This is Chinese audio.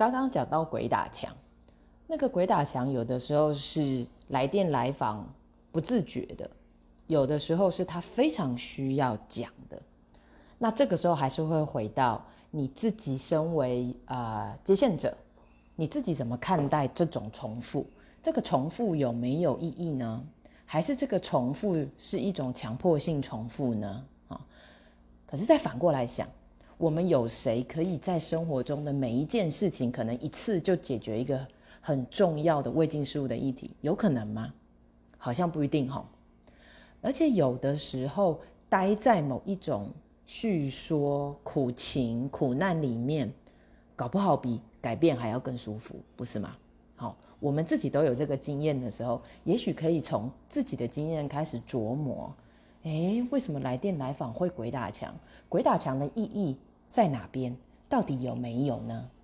刚刚讲到鬼打墙，那个鬼打墙有的时候是来电来访不自觉的，有的时候是他非常需要讲的。那这个时候还是会回到你自己身为接线者，你自己怎么看待这种重复？这个重复有没有意义呢？还是这个重复是一种强迫性重复呢？可是再反过来想，我们有谁可以在生活中的每一件事情，可能一次就解决一个很重要的未尽事物的议题？有可能吗？好像不一定齁。而且有的时候，待在某一种叙说苦情苦难里面，搞不好比改变还要更舒服，不是吗？好，我们自己都有这个经验的时候，也许可以从自己的经验开始琢磨。为什么来电来访会鬼打墙？鬼打墙的意义在哪边？到底有没有呢？